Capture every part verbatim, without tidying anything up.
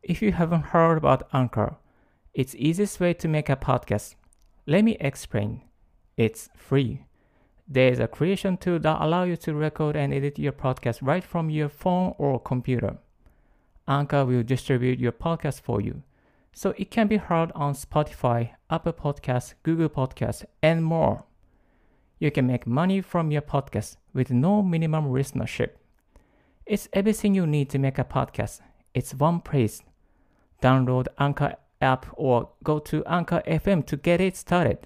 If you haven't heard about Anchor, it's the easiest way to make a podcast. Let me explain. It's free. There's a creation tool that allows you to record and edit your podcast right from your phone or computer. Anchor will distribute your podcast for you, so it can be heard on Spotify, Apple Podcasts, Google Podcasts, and more. You can make money from your podcast with no minimum listenership. It's everything you need to make a podcast. It's one place. Download Anchor app or go to Anchor エフエム to get it started.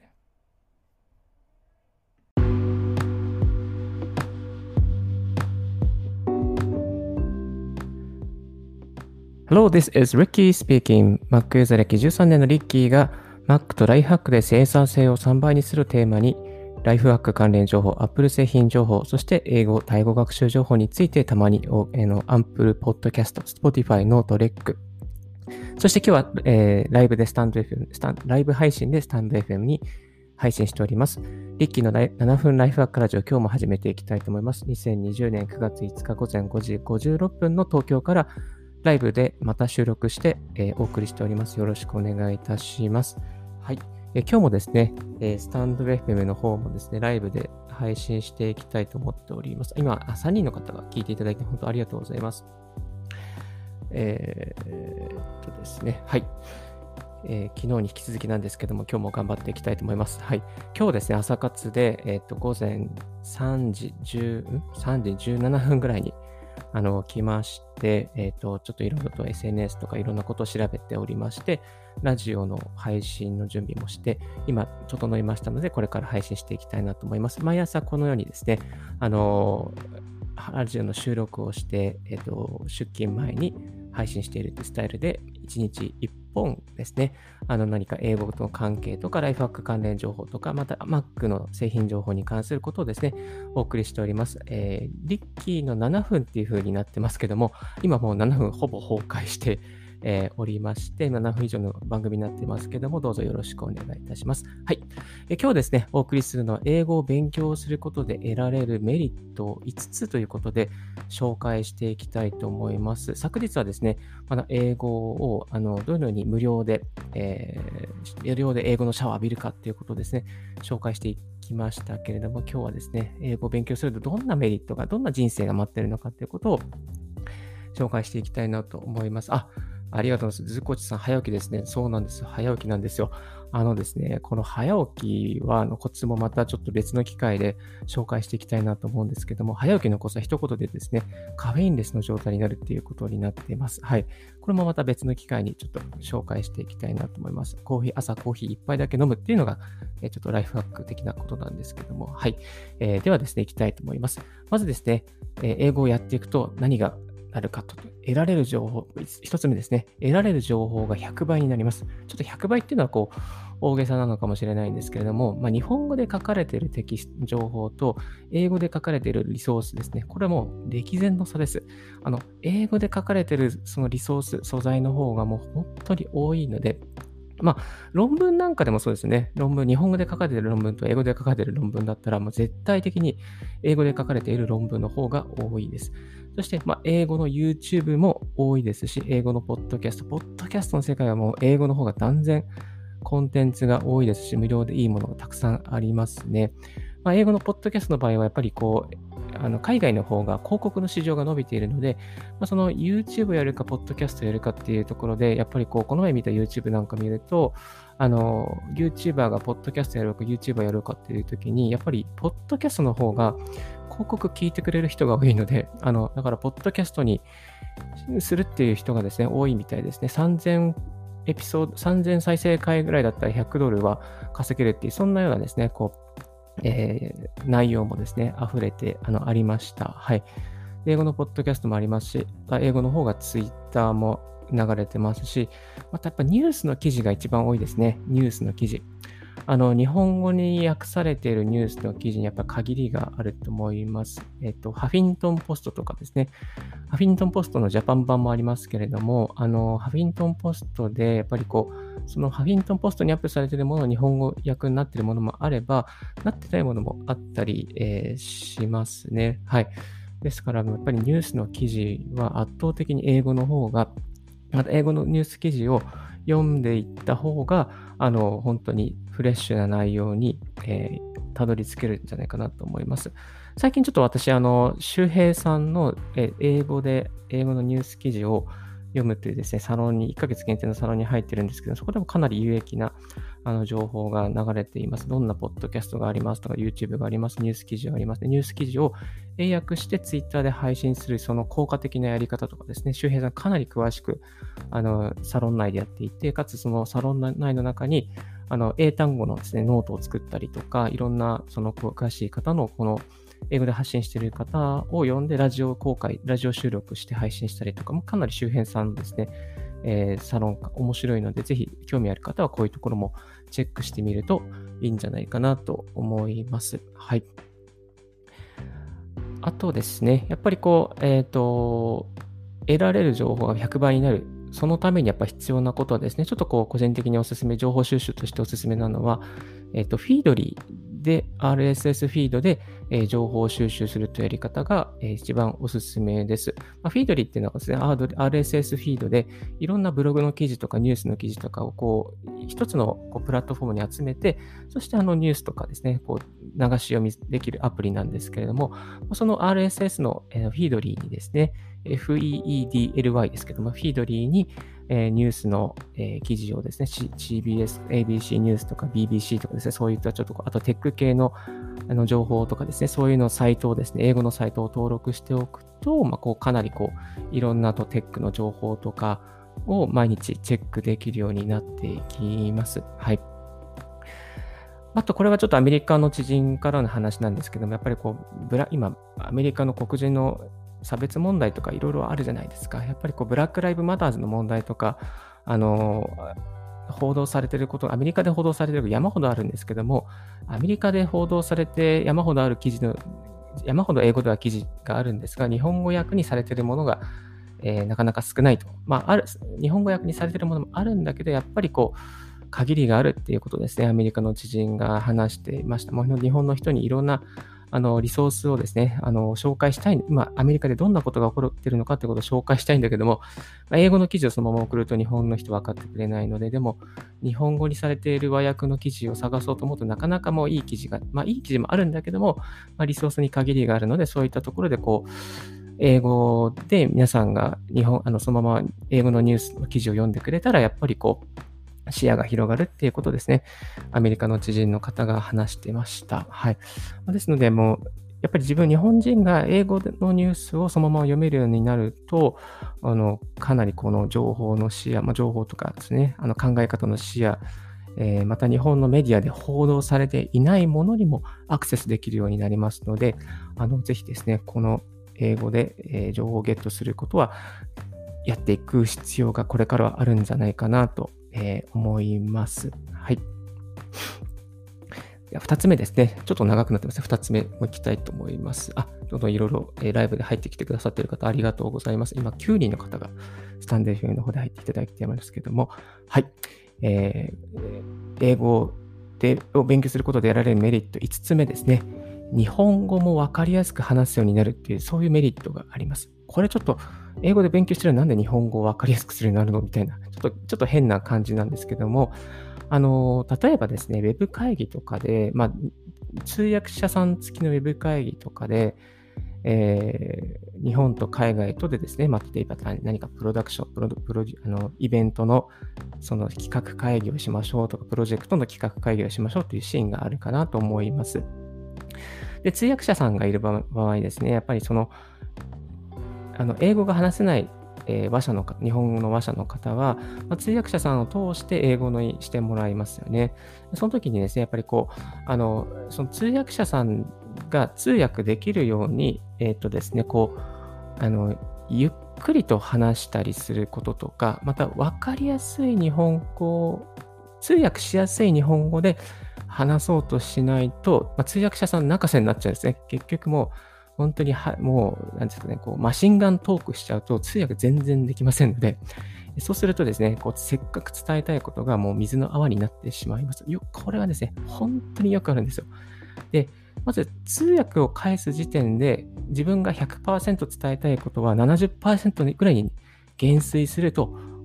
Hello, this is Ricky speaking. Mac ユーザー歴じゅうさんねんのリッキーが Mac とライフハックで生産性をさんばいにするテーマにライフハック関連情報、Apple 製品情報、そして英語、タイ語学習情報についてたまにえの Apple Podcast、Spotify、ノート、レック、そして今日は、えー、ライブでスタンド エフエム、スタンライブ配信でスタンド エフエム に配信しております。リッキーのななふんライフハックラジオ、今日も始めていきたいと思います。にせんにじゅうねんくがついつか午前ごじごじゅうろっぷんの東京からライブでまた収録して、えー、お送りしております。よろしくお願いいたします。はい。えー、今日もですね、えー、スタンド エフエム の方もですね、ライブで配信していきたいと思っております。今、さんにんの方が聞いていただいて本当ありがとうございます。えー、っとですね、はい、えー。昨日に引き続きなんですけども、今日も頑張っていきたいと思います。はい。今日ですね、朝活で、えー、っと、午前さんじじゅう、ん ?さんじじゅうななふんぐらいに、あの、来まして、えー、っと、ちょっといろいろと エスエヌエス とかいろんなことを調べておりまして、ラジオの配信の準備もして、今、整いましたので、これから配信していきたいなと思います。毎朝このようにですね、あの、ラジオの収録をして、えー、っと、出勤前に配信しているというスタイルで、いちにちいっぽんですね、あの何か英語との関係とか、ライフハック関連情報とか、また Mac の製品情報に関することをですね、お送りしております。えー、リッキーのななふんっていう風になってますけども、今もうななふんほぼ崩壊して、えー、おりまして、ななふん以上の番組になってますけども、どうぞよろしくお願いいたします。はい。えー、今日ですね、お送りするのは、英語を勉強することで得られるメリットをいつつということで、紹介していきたいと思います。昨日はですね、まだ英語をあのどのように無料で、えー、無料で英語のシャワーを浴びるかっていうことをですね、紹介していきましたけれども、今日はですね、英語を勉強するとどんなメリットが、どんな人生が待っているのかということを紹介していきたいなと思います。あ、ありがとうございます。ずこちさん、早起きですね。そうなんですよ。早起きなんですよ。あのですね、この早起きは、あのコツもまたちょっと別の機会で紹介していきたいなと思うんですけども、早起きのコツは一言でですね、カフェインレスの状態になるっていうことになっています。はい。これもまた別の機会にちょっと紹介していきたいなと思います。コーヒー、朝コーヒー一杯だけ飲むっていうのが、えちょっとライフハック的なことなんですけども、はい。えー、ではですね、いきたいと思います。まずですね、えー、英語をやっていくと何がなるかと、得られる情報、一つ目ですね。得られる情報がひゃくばいになります。ちょっとひゃくばいっていうのはこう、大げさなのかもしれないんですけれども、まあ、日本語で書かれているテキスト情報と、英語で書かれているリソースですね。これはもう歴然の差です。あの、英語で書かれているそのリソース、素材の方がもう本当に多いので、まあ、論文なんかでもそうですね。論文、日本語で書かれている論文と英語で書かれている論文だったら、もう絶対的に英語で書かれている論文の方が多いです。そして、まあ、英語の YouTube も多いですし、英語のポッドキャスト、ポッドキャストの世界はもう英語の方が断然コンテンツが多いですし、無料でいいものがたくさんありますね。まあ、英語のポッドキャストの場合はやっぱりこう、あの海外の方が広告の市場が伸びているので、まあ、その YouTube をやるか、ポッドキャストをやるかっていうところで、やっぱりこう、この前見た YouTube なんか見ると、あの、YouTuber がポッドキャストやるか、YouTuber やるかっていう時に、やっぱりポッドキャストの方が広告聞いてくれる人が多いので、あの、だからポッドキャストにするっていう人がですね、多いみたいですね。さんぜんエピソード、さんぜん再生回ぐらいだったらひゃくドルは稼げるっていう、そんなようなですね、こう、えー、内容もですね、溢れて、あの、ありました。はい。英語のポッドキャストもありますし、英語の方がツイッターも流れてますし、またやっぱニュースの記事が一番多いですね。ニュースの記事。あの、日本語に訳されているニュースの記事にやっぱ限りがあると思います。えっと、ハフィントンポストとかですね。ハフィントンポストのジャパン版もありますけれども、あの、ハフィントンポストで、やっぱりこう、そのハフィントンポストにアップされているもの、日本語訳になっているものもあれば、なってないものもあったり、えー、しますね。はい。ですから、やっぱりニュースの記事は圧倒的に英語の方がまた英語のニュース記事を読んでいった方が、あの、本当にフレッシュな内容に、えーたどり着けるんじゃないかなと思います。最近ちょっと私、あの、周平さんの、えー英語で、英語のニュース記事を読むというですね、サロンに、いっかげつ限定のサロンに入ってるんですけど、そこでもかなり有益なあの情報が流れています。どんなポッドキャストがありますとか、YouTube があります、ニュース記事があります。ニュース記事を英訳して Twitter で配信する、その効果的なやり方とかですね、周平さんかなり詳しく、あの、サロン内でやっていて、かつそのサロン内の中に、あの、英単語のですね、ノートを作ったりとか、いろんな、その詳しい方の、この、英語で発信している方を呼んで、ラジオ公開、ラジオ収録して配信したりとかも、かなり周辺さんですね、えーサロン面白いので、ぜひ興味ある方はこういうところもチェックしてみるといいんじゃないかなと思います。はい。あとですね、やっぱりこう、えっと、得られる情報がひゃくばいになる。そのためにやっぱ必要なことはですね、ちょっとこう個人的におすすめ、情報収集としておすすめなのは、えっと、フィードリーで、アールエスエス フィードで、えー情報収集するというやり方が、えー一番おすすめです。まあ、フィードリーっていうのはですね、アールエスエス フィードで、いろんなブログの記事とかニュースの記事とかをこう、一つのこうプラットフォームに集めて、そしてあのニュースとかですね、こう流し読みできるアプリなんですけれども、その アールエスエス の、えーフィードリーにですね、フィードリー ですけども、フィードリーに、えーニュースの、えー記事をですね、C- シービーエス、エービーシー ニュースとか ビービーシー とかですね、そういったちょっとこう、あとテック系のあの情報とかですね、そういうのサイトをですね、英語のサイトを登録しておくと、まあ、こうかなりこう、いろんなとテックの情報とかを毎日チェックできるようになっていきます。はい。あと、これはちょっとアメリカの知人からの話なんですけども、やっぱりこう、ブラ今、アメリカの黒人の差別問題とかいろいろあるじゃないですか。やっぱりこう、ブラック・ライブ・マターズの問題とか、あの、報道されていること、アメリカで報道されていること山ほどあるんですけども、アメリカで報道されて山ほどある記事の、山ほど英語では記事があるんですが、日本語訳にされているものが、えーなかなか少ないと。まあ、ある、日本語訳にされているものもあるんだけど、やっぱりこう、限りがあるっていうことですね、アメリカの知人が話していました。もう日本の人にいろんなあのリソースをですね、あの紹介したい、今、アメリカでどんなことが起こっているのかということを紹介したいんだけども、まあ英語の記事をそのまま送ると日本の人分かってくれないので、でも、日本語にされている和訳の記事を探そうと思うとなかなかもういい記事が、まあいい記事もあるんだけども、まあ、リソースに限りがあるので、そういったところでこう、英語で皆さんが日本、あのそのまま英語のニュースの記事を読んでくれたら、やっぱりこう、視野が広がるっていうことですね。アメリカの知人の方が話してました。はい。ですので、もう、やっぱり自分、日本人が英語のニュースをそのまま読めるようになると、あの、かなりこの情報の視野、まあ、情報とかですね、あの考え方の視野、えーまた日本のメディアで報道されていないものにもアクセスできるようになりますので、あの、ぜひですね、この英語で、えー情報をゲットすることは、やっていく必要がこれからはあるんじゃないかなと、えー思います。はい。ではふたつめですね。ちょっと長くなってますね。ふたつめもいきたいと思います。あ、どんどんいろいろ、えーライブで入ってきてくださっている方、ありがとうございます。今、きゅうにんの方がスタンド エフエム の方で入っていただいていますけども、はい。えー英語でを勉強することで得られるメリットいつつめですね。日本語もわかりやすく話すようになるっていう、そういうメリットがあります。これちょっと、英語で勉強してるのになんで日本語をわかりやすくするようになるのみたいな、ちょっと、ちょっと変な感じなんですけども、あの、例えばですね、ウェブ会議とかで、まあ、通訳者さん付きのウェブ会議とかで、えー日本と海外とでですね、まあ、例えば何かプロダクション、プロプロあのイベントのその企画会議をしましょうとか、プロジェクトの企画会議をしましょうというシーンがあるかなと思います。で、通訳者さんがいる場合ですね、やっぱりその、あの英語が話せない、えー話者の日本語の話者の方は、まあ、通訳者さんを通して英語にしてもらいますよね。その時にですね、やっぱりこう、あのその通訳者さんが通訳できるように、えっとですね、こう、あのゆっくりと話したりすることとか、また分かりやすい日本語、通訳しやすい日本語で話そうとしないと、まあ、通訳者さん泣かせになっちゃうんですね。結局もう、本当には、もう、なんですかね、こう、マシンガントークしちゃうと、通訳全然できませんので、そうするとですね、こう、せっかく伝えたいことがもう水の泡になってしまいます。よ、これはですね、本当によくあるんですよ。で、まず通訳を返す時点で、自分が ひゃくパーセント 伝えたいことは ななじゅっパーセント ぐらいに減衰すると、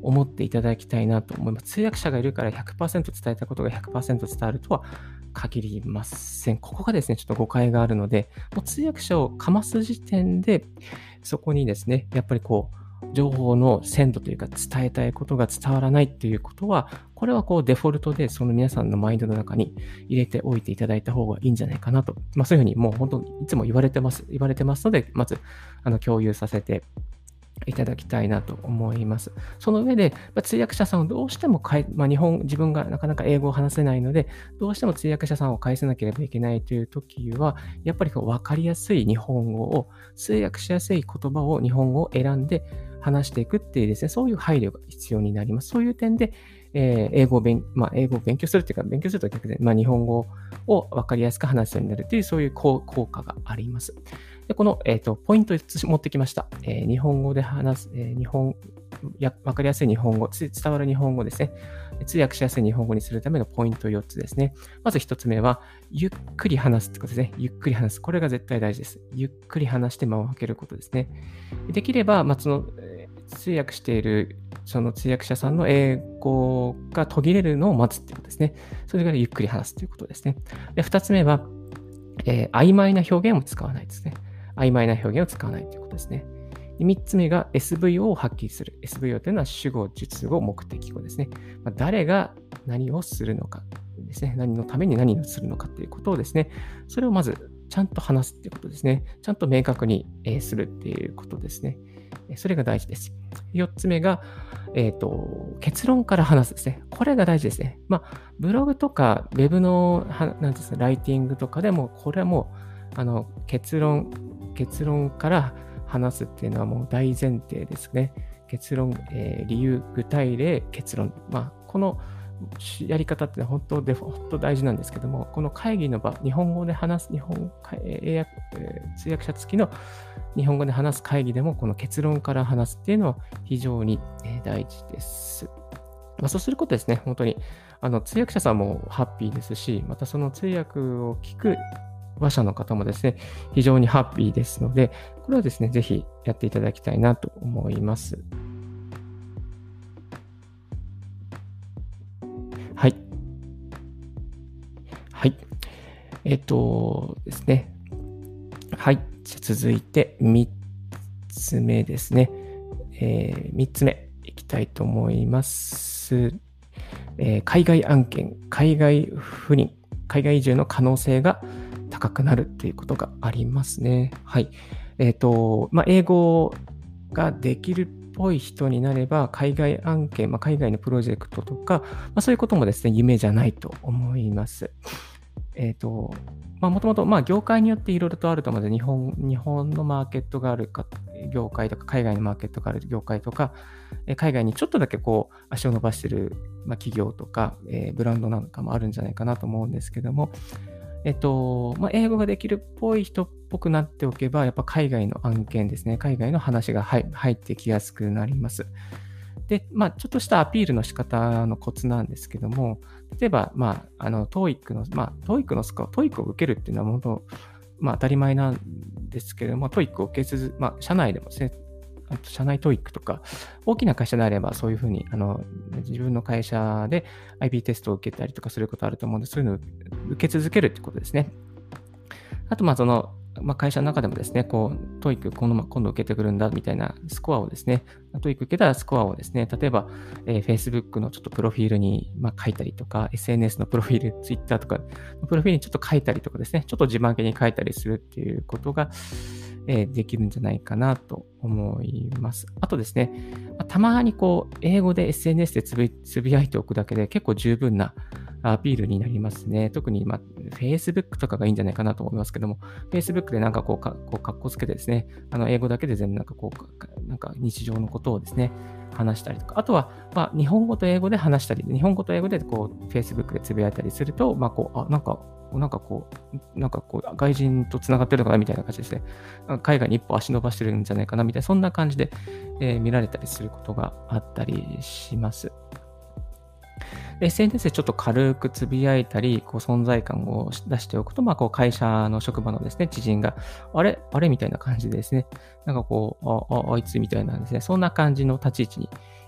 思っていただきたいなと思います。通訳者がいるから ひゃくパーセント 伝えたことが ひゃくパーセント 伝わるとは限りません。ここがですね、ちょっと誤解があるので、もう通訳者をかます時点で、そこにですね、やっぱりこう、情報の鮮度というか伝えたいことが伝わらないっていうことは、これはこうデフォルトでその皆さんのマインドの中に入れておいていただいた方がいいんじゃないかなと。まあそういうふうにもう本当にいつも言われてます、言われてますので、まずあの共有させていただきたいなと思います。その上で、まあ、通訳者さんをどうしてもかえ、まあ、日本、自分がなかなか英語を話せないので、どうしても通訳者さんを返さなければいけないという時は、やっぱりこう分かりやすい日本語を、通訳しやすい言葉を、日本語を選んで話していくっていうですね、そういう配慮が必要になります。そういう点で、えー英語を勉、まあ、英語を勉強するというか、勉強すると逆で、まあ、日本語を分かりやすく話すようになるという、そういう効効果があります。でこの、えーと、ポイントいつつ持ってきました。えー日本語で話す、えー日本や、わかりやすい日本語、つ伝わる日本語ですね。通訳しやすい日本語にするためのポイントよっつですね。まずひとつめは、ゆっくり話すってことですね。ゆっくり話す。これが絶対大事です。ゆっくり話して間を空けることですね。できれば、まあ、その、えー通訳している、その通訳者さんの英語が途切れるのを待つっていうことですね。それからゆっくり話すということですね。で、ふたつめは、えー曖昧な表現を使わないですね。曖昧な表現を使わないということですね。みっつめが エスブイオー をはっきりする。エスブイオー というのは主語、述語、目的語ですね。まあ、誰が何をするのかですね。何のために何をするのかということをですね。それをまずちゃんと話すということですね。ちゃんと明確にするっていうことですね。それが大事です。よっつめが、えーと、結論から話すですね。これが大事ですね。まあ、ブログとか、ウェブのなんですかライティングとかでも、これはもうあの結論、結論から話すっていうのはもう大前提ですね。結論、えー理由、具体例、結論。まあ、このやり方って本当で本当大事なんですけども、この会議の場、日本語で話す、日本英訳、えー通訳者付きの日本語で話す会議でも、この結論から話すっていうのは非常にえー大事です。まあ、そうすることですね、本当にあの通訳者さんもハッピーですし、またその通訳を聞く話者の方もですね、非常にハッピーですので、これはですね、ぜひやっていただきたいなと思います。はい。はい。えっとですね。はい。じゃあ続いてみっつめですね。えー、みっつめいきたいと思います。えー海外案件、海外赴任、海外移住の可能性が高くなるっていうことがありますね。はい。えっと、まあ、英語ができるっぽい人になれば、海外案件、まあ、海外のプロジェクトとか、まあ、そういうこともですね、夢じゃないと思います。えっと、まあ、もともと、まあ、業界によっていろいろとあると思うので、日本、日本のマーケットがあるか、業界とか、海外のマーケットがある業界とか、え海外にちょっとだけこう、足を伸ばしている、まあ、企業とか、えーブランドなんかもあるんじゃないかなと思うんですけども、えっと、まあ、英語ができるっぽい人っぽくなっておけば、やっぱ海外の案件ですね、海外の話が入入ってきやすくなります。で、まあ、ちょっとしたアピールの仕方のコツなんですけども、例えば、まあ、あの、トーイック の、まあ、トーイック のスコア、トーイック を受けるっていうのは本当、まあ、当たり前なんですけれども、トーイック を受け続まあ、社内でもですね、あと社内トーイックとか、大きな会社であれば、そういうふうに、あの、自分の会社で アイビー テストを受けたりとかすることあると思うんで、そういうのを受け続けるってことですね。あと、まあ、その、まあ、会社の中でもですね、こう、トーイック 今度今度受けてくるんだみたいなスコアをですね、トーイック 受けたらスコアをですね、例えば、えー Facebook のちょっとプロフィールに、まあ、書いたりとか、エスエヌエス のプロフィール、Twitter とか、プロフィールにちょっと書いたりとかですね、ちょっと自慢げに書いたりするっていうことが、えーできるんじゃないかなと思います。あとですね、まあたまにこう、英語で エスエヌエス でつぶつぶやいておくだけで結構十分なアピールになりますね。特に、まあ、Facebook とかがいいんじゃないかなと思いますけども、Facebook でなんかこう、かこう、かっこつけてですね、あの、英語だけで全部なんかこう、かなんか日常のことをですね、話したりとか、あとは、まあ、日本語と英語で話したり、日本語と英語でこう、Facebook でつぶやいたりすると、まあ、こう、あ、なんか、なんかこう、なんかこう、外人とつながってるのかなみたいな感じですね。海外に一歩足伸ばしてるんじゃないかなみたいな、そんな感じで、えー見られたりすることがあったりします。で エスエヌエス でちょっと軽くつぶやいたり、こう存在感を出しておくと、まあ、こう会社の職場のですね、知人が、あれあれみたいな感じでですね、なんかこう、あ、ああいつみたいなですね、そんな感じの立ち位置に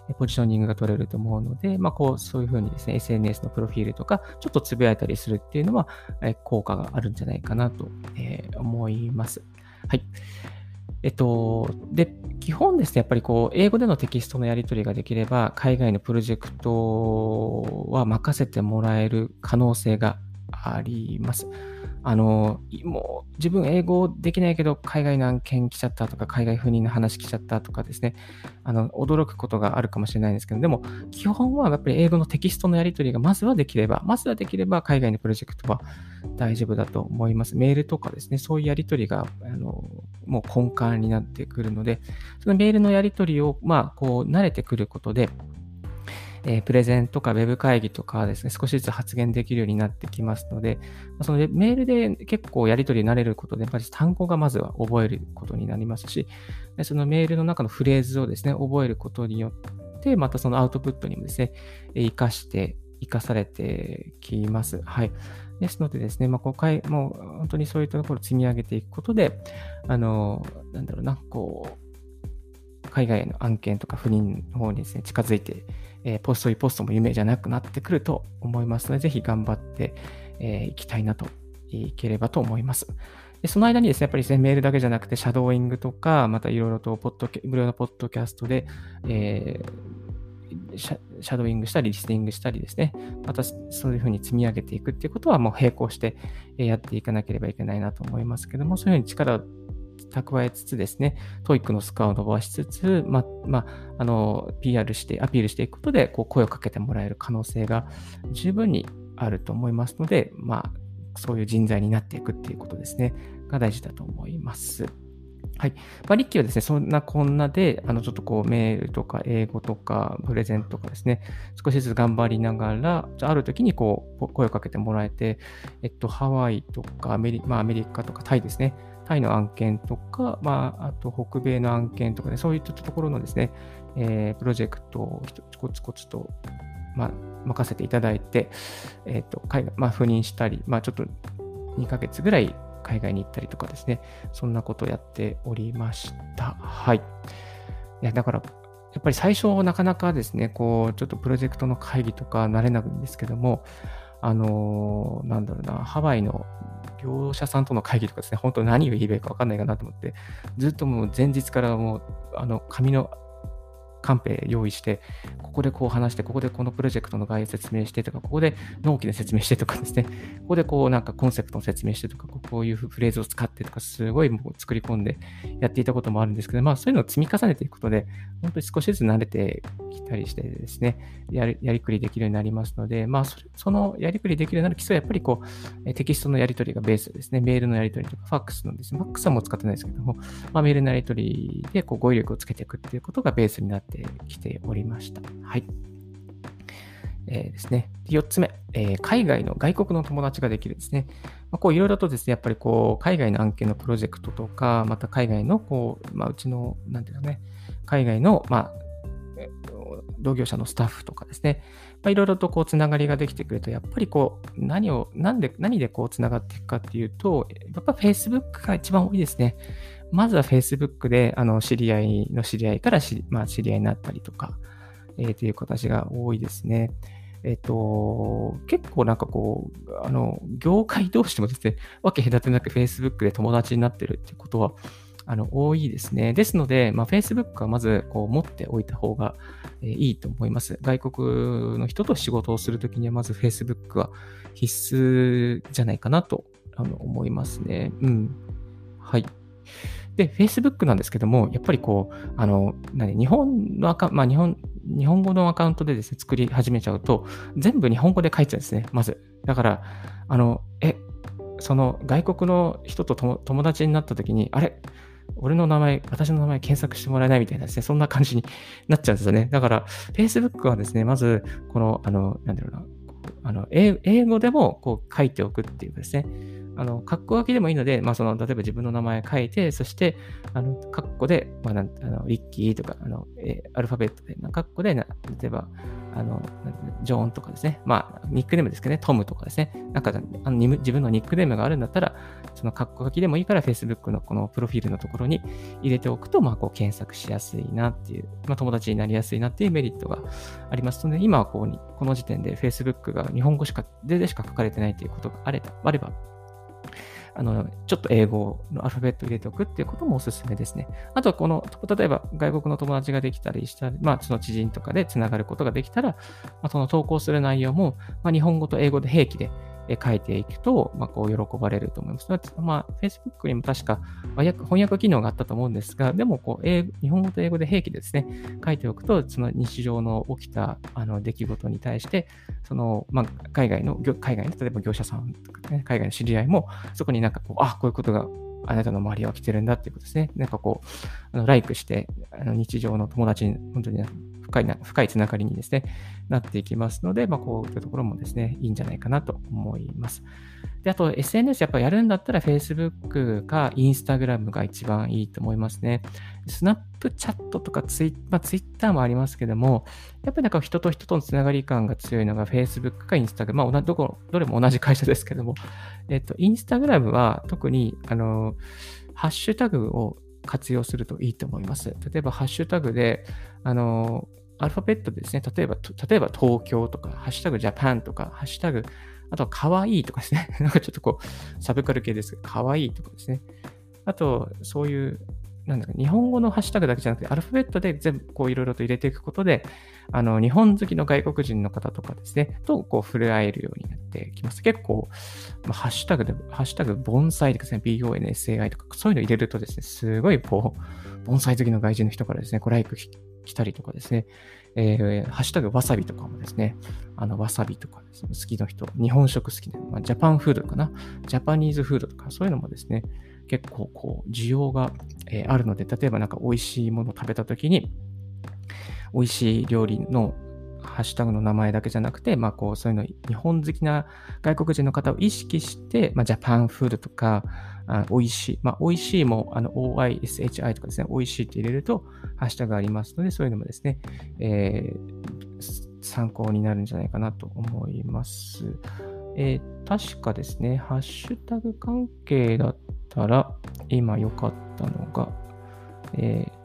ポジショニングが取れると思うので、まあ、こう、そういうふうにですね、エスエヌエス のプロフィールとか、ちょっとつぶやいたりするっていうのは、え効果があるんじゃないかなと、えー思います。はい。えっと、で、基本ですね、やっぱりこう、英語でのテキストのやり取りができれば、海外のプロジェクトは任せてもらえる可能性があります。あの、もう自分英語できないけど、海外の案件来ちゃったとか、海外赴任の話来ちゃったとかですね、あの、驚くことがあるかもしれないんですけど、でも、基本はやっぱり英語のテキストのやり取りがまずはできれば、まずはできれば海外のプロジェクトは大丈夫だと思います。メールとかですね、そういうやり取りが、あの、もう根幹になってくるので、そのメールのやり取りを、まあ、こう、慣れてくることで、えープレゼンとかウェブ会議とかですね、少しずつ発言できるようになってきますので、そのメールで結構やり取りになれることで、やっぱり単語がまずは覚えることになりますし、でそのメールの中のフレーズをですね、覚えることによって、またそのアウトプットにもですね、活かして、活かされてきます。はい。ですのでですね、まあ、こうかいもう本当にそういったところを積み上げていくことで、あの、なんだろうな、こう、海外の案件とか赴任の方にですね、近づいて、えーポストイポストも夢じゃなくなってくると思いますので、ぜひ頑張ってい、えーいきたいなと、いければと思います。でその間にですね、やっぱりですね、メールだけじゃなくて、シャドーイングとか、またいろいろとポッドキャ、無料のポッドキャストで、えーシャ、シャドーイングしたり、リスニングしたりですね、またそういうふうに積み上げていくっていうことは、もう並行してえーやっていかなければいけないなと思いますけども、そういうふうに力を蓄えつつですね、トイックのスコアを伸ばしつつ、ま、まあ、あの、ピーアール して、アピールしていくことで、こう、声をかけてもらえる可能性が十分にあると思いますので、まあ、そういう人材になっていくっていうことですね、が大事だと思います。はい。まあ、リッキーはですね、そんなこんなで、あの、ちょっとこう、メールとか英語とか、プレゼンとかですね、少しずつ頑張りながら、じゃあある時にこう、声をかけてもらえて、えっと、ハワイとかアメリ、まあ、アメリカとかタイですね、タイの案件とか、まあ、あと北米の案件とかね、そういったところのですね、えープロジェクトをコツコツと、まあ、任せていただいて、えっと、海外、まあ、赴任したり、まあ、ちょっとにかげつぐらい海外に行ったりとかですね、そんなことをやっておりました。はい。いや、だから、やっぱり最初なかなかですね、こう、ちょっとプロジェクトの会議とか慣れないんですけども、あのーなんだろうな、ハワイの業者さんとの会議とかですね、本当何を言えばいいか分かんないかなと思って、ずっともう前日からもう、あの、紙のカンペ用意して、ここでこう話して、ここでこのプロジェクトの概要説明してとか、ここで納期の説明してとかですね、ここでこうなんかコンセプトの説明してとか、こういうフレーズを使ってとか、すごいもう作り込んでやっていたこともあるんですけど、まあそういうのを積み重ねていくことで、本当に少しずつ慣れてきたりしてですね、やりやりくりできるようになりますので、まあそれそのやりくりできるようになる基礎はやっぱりこう、テキストのやり取りがベースですね、メールのやり取りとか、ファックスのですね、ファックスはもう使ってないですけども、まあ、メールのやり取りでこう語彙力をつけていくっていうことがベースになってきておりました。はい。えーですね。よっつめ、えー海外の外国の友達ができるですね。まあ、こういろいろとですね、やっぱりこう、海外の案件のプロジェクトとか、また海外のこう、まあ、うちの、なんていうかね、海外の、まあ、えっと同業者のスタッフとかですね、まあ、いろいろとこう、つながりができてくると、やっぱりこう、何を、なんで、何でこう、つながっていくかっていうと、やっぱ Facebook が一番多いですね。まずは Facebook で、あの、知り合いの知り合いからし、まあ、知り合いになったりとか、えー、という形が多いですね。えっと、結構なんかこう、あの、業界同士でもですね、わけ隔てなく Facebook で友達になってるってことは、あの、多いですね。ですので、まあ、Facebook はまず、こう、持っておいた方が、えーいいと思います。外国の人と仕事をするときには、まず Facebook は必須じゃないかなと、あの、思いますね。うん。はい。で、Facebook なんですけども、やっぱりこう、あの、何、日本のアカウント、まあ日本、日本語のアカウントでですね、作り始めちゃうと、全部日本語で書いちゃうんですね、まず。だから、あの、え、その外国の人ととも友達になった時に、あれ俺の名前、私の名前検索してもらえないみたいなですね、そんな感じになっちゃうんですよね。だから、Facebook はですね、まず、この、あの、なんだろうな、あの、英英語でもこう書いておくっていうですね、あの、括弧書きでもいいので、まあ、その、例えば自分の名前書いて、そして、あの、括弧で、まあ、なんあのリッキーとか、あの、えーアルファベットで、な括弧でな、例えば、 あの、ジョーンとかですね。まあ、ニックネームですけどね、トムとかですね。なんか、あの自分のニックネームがあるんだったら、その括弧書きでもいいから Facebook のこのプロフィールのところに入れておくと、まあ、こう検索しやすいなっていう、まあ、友達になりやすいなっていうメリットがありますので、今はこうこの時点で Facebook が日本語しか、でしか書かれてないということがあれば、あの、ちょっと英語のアルファベットを入れておくっていうこともおすすめですね。あとはこの、例えば外国の友達ができたりしたり、まあその知人とかでつながることができたら、まあ、その投稿する内容も、まあ、日本語と英語で併記で書いていくと、まあ、こう喜ばれると思います。まあ、Facebook にも確か翻訳機能があったと思うんですが、でもこう英語、日本語と英語で併記でですね、書いておくと、その日常の起きたあの出来事に対して、その、まあ、海外の、海外の、例えば業者さんとかね、海外の知り合いも、そこになんかこう、あ、こういうことがあなたの周りは起きてるんだっていうことですね。なんかこう、あのライクして、あの日常の友達に、本当に深いな、深いつながりにですね、なっていきますので、まあ、こういったところもですね、いいんじゃないかなと思います。で、あと エスエヌエス やっぱやるんだったら Facebook か Instagram が一番いいと思いますね。スナップチャットとかツイ、まあ、Twitter もありますけども、やっぱりなんか人と人とのつながり感が強いのが Facebook か Instagram、まあ、どこ、どれも同じ会社ですけども、えっと、Instagram は特に、あの、ハッシュタグを活用するといいと思います。例えば、ハッシュタグで、あの、アルファベットでですね、例えば、例えば東京とか、ハッシュタグジャパンとか、ハッシュタグ、あとは可愛いとかですね。なんかちょっとこう、サブカル系ですけど、可愛いとかですね。あと、そういう、なんだか、日本語のハッシュタグだけじゃなくて、アルファベットで全部こういろいろと入れていくことで、あの、日本好きの外国人の方とかですね、とこう触れ合えるようになってきます。結構、まあ、ハッシュタグで、ハッシュタグ、盆栽とかですね、ビーオーエヌエスエーアイ とか、そういうの入れるとですね、すごいこう、盆栽好きの外人の人からですね、こうライク来たりとかですね、えー、ハッシュタグわさびとかもですね、あの、わさびとかですね、好きな人、日本食好きな、まあ、ジャパンフードかな、ジャパニーズフードとか、そういうのもですね、結構こう、需要が、えー、あるので、例えばなんか美味しいものを食べたときに、美味しい料理のハッシュタグの名前だけじゃなくて、まあこう、そういうの、日本好きな外国人の方を意識して、まあジャパンフードとか、あ美味しい、まあ美味しいも、あの、オーアイエスエイチアイ とかですね、美味しいって入れると、ハッシュタグがありますので、そういうのもですね、えー、参考になるんじゃないかなと思います。えー、確かですね、ハッシュタグ関係だったら、今良かったのが、えー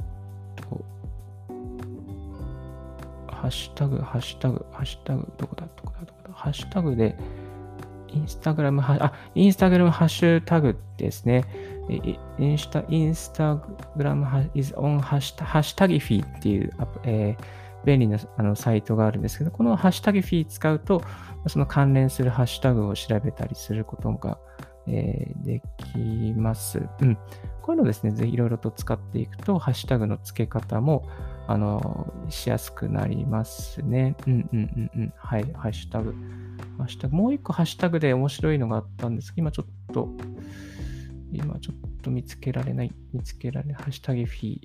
ハッシュタグ、ハッシュタグ、ハッシュタグ、どこだ、どこだ、どこだ、ハッシュタグで、インスタグラム、あ、インスタグラムハッシュタグですね。インスタ、インスタグラム is on ハッシュタグフィーっていう、えー、便利なあのサイトがあるんですけど、このハッシュタグフィー使うと、その関連するハッシュタグを調べたりすることが、えー、できます。うん。こういうのですね、ぜひいろいろと使っていくと、ハッシュタグの付け方も、あの、しやすくなりますね。うんうんうんうん。はい、ハッシュタグ。ハッシュタグ。もう一個ハッシュタグで面白いのがあったんですけど、今ちょっと、今ちょっと見つけられない。見つけられない。ハッシュタグフィー。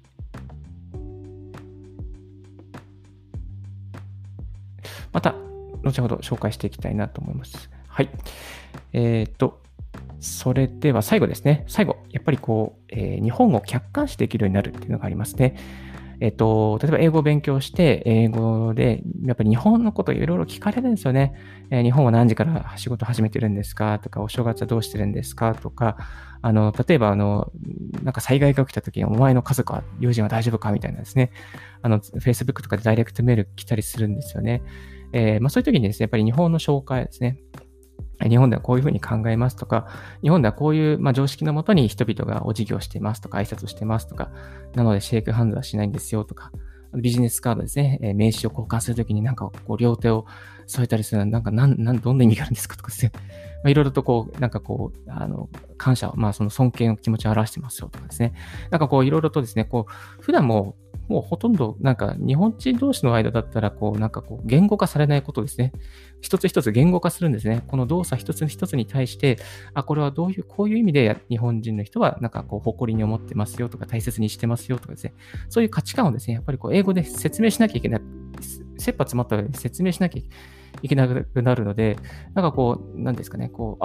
また、後ほど紹介していきたいなと思います。はい。えっと、それでは最後ですね。最後、やっぱりこう、えー、日本語を客観視できるようになるっていうのがありますね。えっと、例えば英語を勉強して、英語で、やっぱり日本のことをいろいろ聞かれるんですよね。えー、日本は何時から仕事始めてるんですかとか、お正月はどうしてるんですかとか、あの、例えば、あの、なんか災害が起きた時に、お前の家族は、友人は大丈夫かみたいなですね。あの、Facebook とかでダイレクトメール来たりするんですよね。えー、まあそういう時にですね、やっぱり日本の紹介ですね。日本ではこういうふうに考えますとか、日本ではこういう、まあ、常識のもとに人々がお辞儀をしていますとか、挨拶をしていますとか、なのでシェイクハンドはしないんですよとか、ビジネスカードですね、えー、名刺を交換するときになんかこう両手を添えたりするのは、なんかなん、なん、どんな意味があるんですかとかですね、まあ、いろいろとこう、なんかこう、あの、感謝を、まあその尊敬の気持ちを表してますよとかですね、なんかこういろいろとですね、こう、普段ももうほとんどなんか日本人同士の間だったらこうなんかこう言語化されないことですね。一つ一つ言語化するんですね。この動作一つ一つに対して、あ、これはどういう、こういう意味で日本人の人はなんかこう誇りに思ってますよとか大切にしてますよとかですね。そういう価値観をですね、やっぱりこう英語で説明しなきゃいけない。切羽詰まったように説明しなきゃいけなくなるので、なんかこう、なんですかね、こう、あ、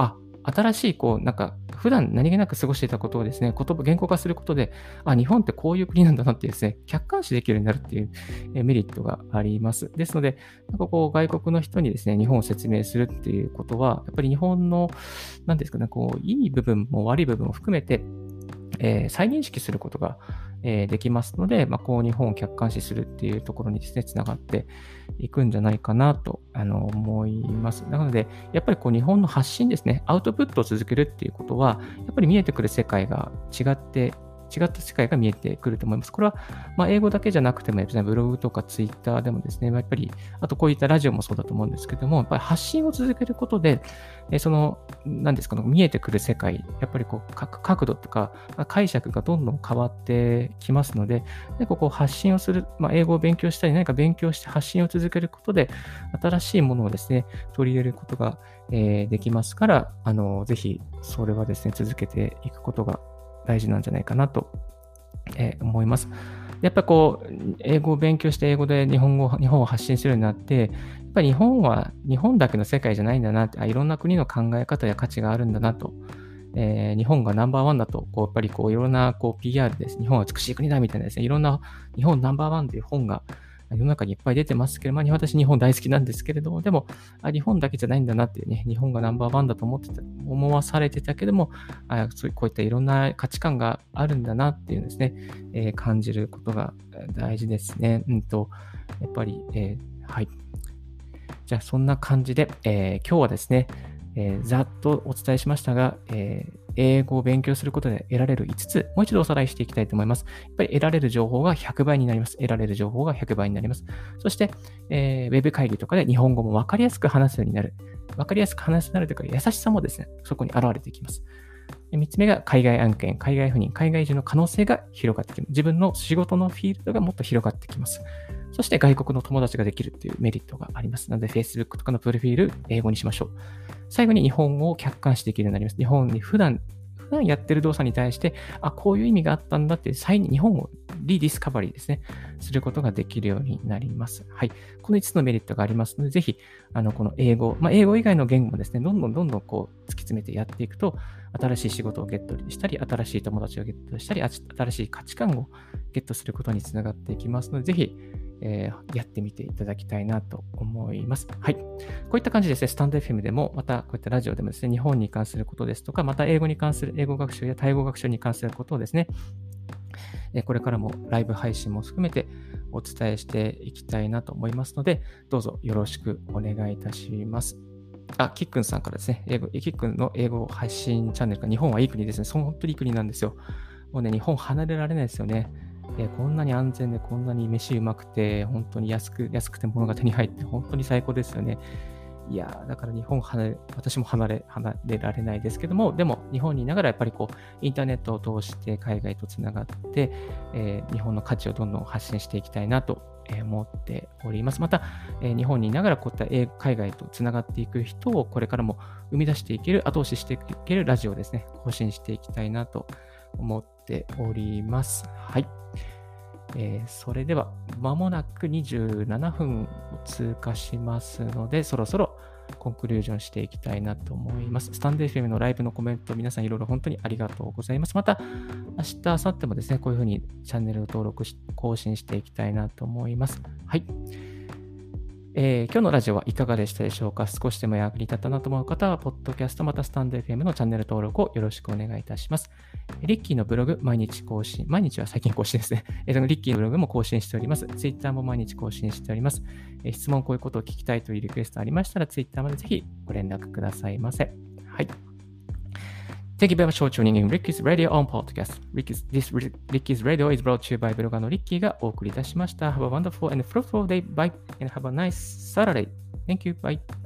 新しい、こう、なんか、普段何気なく過ごしていたことをですね、言葉、言語化することで、あ、日本ってこういう国なんだなっていうですね、客観視できるようになるっていうえメリットがあります。ですので、なんかこう、外国の人にですね、日本を説明するっていうことは、やっぱり日本の、なんですかね、こう、いい部分も悪い部分も含めて、えー再認識することが、えーできますので、まあ、こう日本を客観視するっていうところにですね、つながっていくんじゃないかなとあの思います。なので、やっぱりこう日本の発信ですね、アウトプットを続けるっていうことは、やっぱり見えてくる世界が違って、違った世界が見えてくると思います。これは、まあ、英語だけじゃなくてもですね、ブログとかツイッターでもですね、やっぱり、あとこういったラジオもそうだと思うんですけども、やっぱり発信を続けることで、えその、何ですかね、見えてくる世界、やっぱりこう、角角度とか解釈がどんどん変わってきますので、でこう発信をする、まあ、英語を勉強したり、何か勉強して発信を続けることで、新しいものをですね、取り入れることが、えーできますから、あの、ぜひ、それはですね、続けていくことが大事なんじゃないかなと、えー思います。やっぱりこう、英語を勉強して英語で日本語、日本を発信するようになって、やっぱり日本は日本だけの世界じゃないんだなって、あいろんな国の考え方や価値があるんだなと、えー日本がナンバーワンだと、こうやっぱりこういろんなこう ピーアール です。日本は美しい国だみたいなですね、いろんな日本ナンバーワンという本が世の中にいっぱい出てますけど、まあ、私日本大好きなんですけれども、でも、あ日本だけじゃないんだなっていうね、日本がナンバーワンだと思ってた、思わされてたけども、あそういうこういったいろんな価値観があるんだなっていうですね、えー感じることがえー大事ですね。うんと、やっぱり、えーはい。じゃあ、そんな感じで、えー今日はですね、えーざっとお伝えしましたが、えー英語を勉強することで得られるいつつ、もう一度おさらいしていきたいと思います。やっぱり得られる情報がひゃくばいになります。得られる情報がひゃくばいになります。そして、えーウェブ会議とかで日本語も分かりやすく話すようになる。分かりやすく話すようになるというか、優しさもですね、そこに現れてきます。みっつめが海外案件、海外赴任、海外移住の可能性が広がってきます。自分の仕事のフィールドがもっと広がってきます。そして外国の友達ができるというメリットがあります。なので Facebook とかのプロフィール、英語にしましょう。最後に日本語を客観視できるようになります。日本に普段、普段やってる動作に対して、あ、こういう意味があったんだっていう再に日本をリディスカバリーですね、することができるようになります。はい。このいつつのメリットがありますので、ぜひ、あの、この英語、まあ、英語以外の言語もですね、どんどんどんどんこう突き詰めてやっていくと、新しい仕事をゲットしたり、新しい友達をゲットしたり、あ新しい価値観をゲットすることにつながっていきますので、ぜひ、えーやってみていただきたいなと思います。はい。こういった感じでですね、スタンド エフエム でも、またこういったラジオでもですね、日本に関することですとか、また英語に関する、英語学習やタイ語学習に関することをですね、えーこれからもライブ配信も含めてお伝えしていきたいなと思いますので、どうぞよろしくお願いいたします。あ、キックンさんからですね、英語、キックンの英語配信チャンネルが日本はいい国ですね。その本当にいい国なんですよ。もうね、日本離れられないですよね。えーこんなに安全で、こんなに飯うまくて、本当に安く、安くて物が手に入って、本当に最高ですよね。いやー、だから日本離れ、私も離れ、離れられないですけども、でも日本にいながらやっぱりこう、インターネットを通して海外とつながって、えー日本の価値をどんどん発信していきたいなとえー思っております。また、えー日本にいながらこういった英海外とつながっていく人をこれからも生み出していける、後押ししていけるラジオをですね、更新していきたいなと思っております。はい。えーそれでは、まもなくにじゅうななふんを通過しますので、そろそろコンクリュージョンしていきたいなと思います。スタンド エフエム のライブのコメント、皆さんいろいろ本当にありがとうございます。また、明日、明後日もですね、こういうふうにチャンネルを登録し、更新していきたいなと思います。はい。えー今日のラジオはいかがでしたでしょうか。少しでも役に立ったなと思う方は、ポッドキャストまたスタンド エフエム のチャンネル登録をよろしくお願いいたします。リッキーのブログ、毎日更新。毎日は最近更新ですね。えー、リッキーのブログも更新しております。ツイッターも毎日更新しております。えー質問、こういうことを聞きたいというリクエストありましたら、ツイッターまでぜひご連絡くださいませ。はい。Thank you very much for tuning in Ricky's Radio on Podcast. Ricky's, this Ricky's Radio is brought to you by ブロガーのリッキーがお送りいたしました。Have a wonderful and fruitful day. Bye and have a nice Saturday. Thank you. Bye.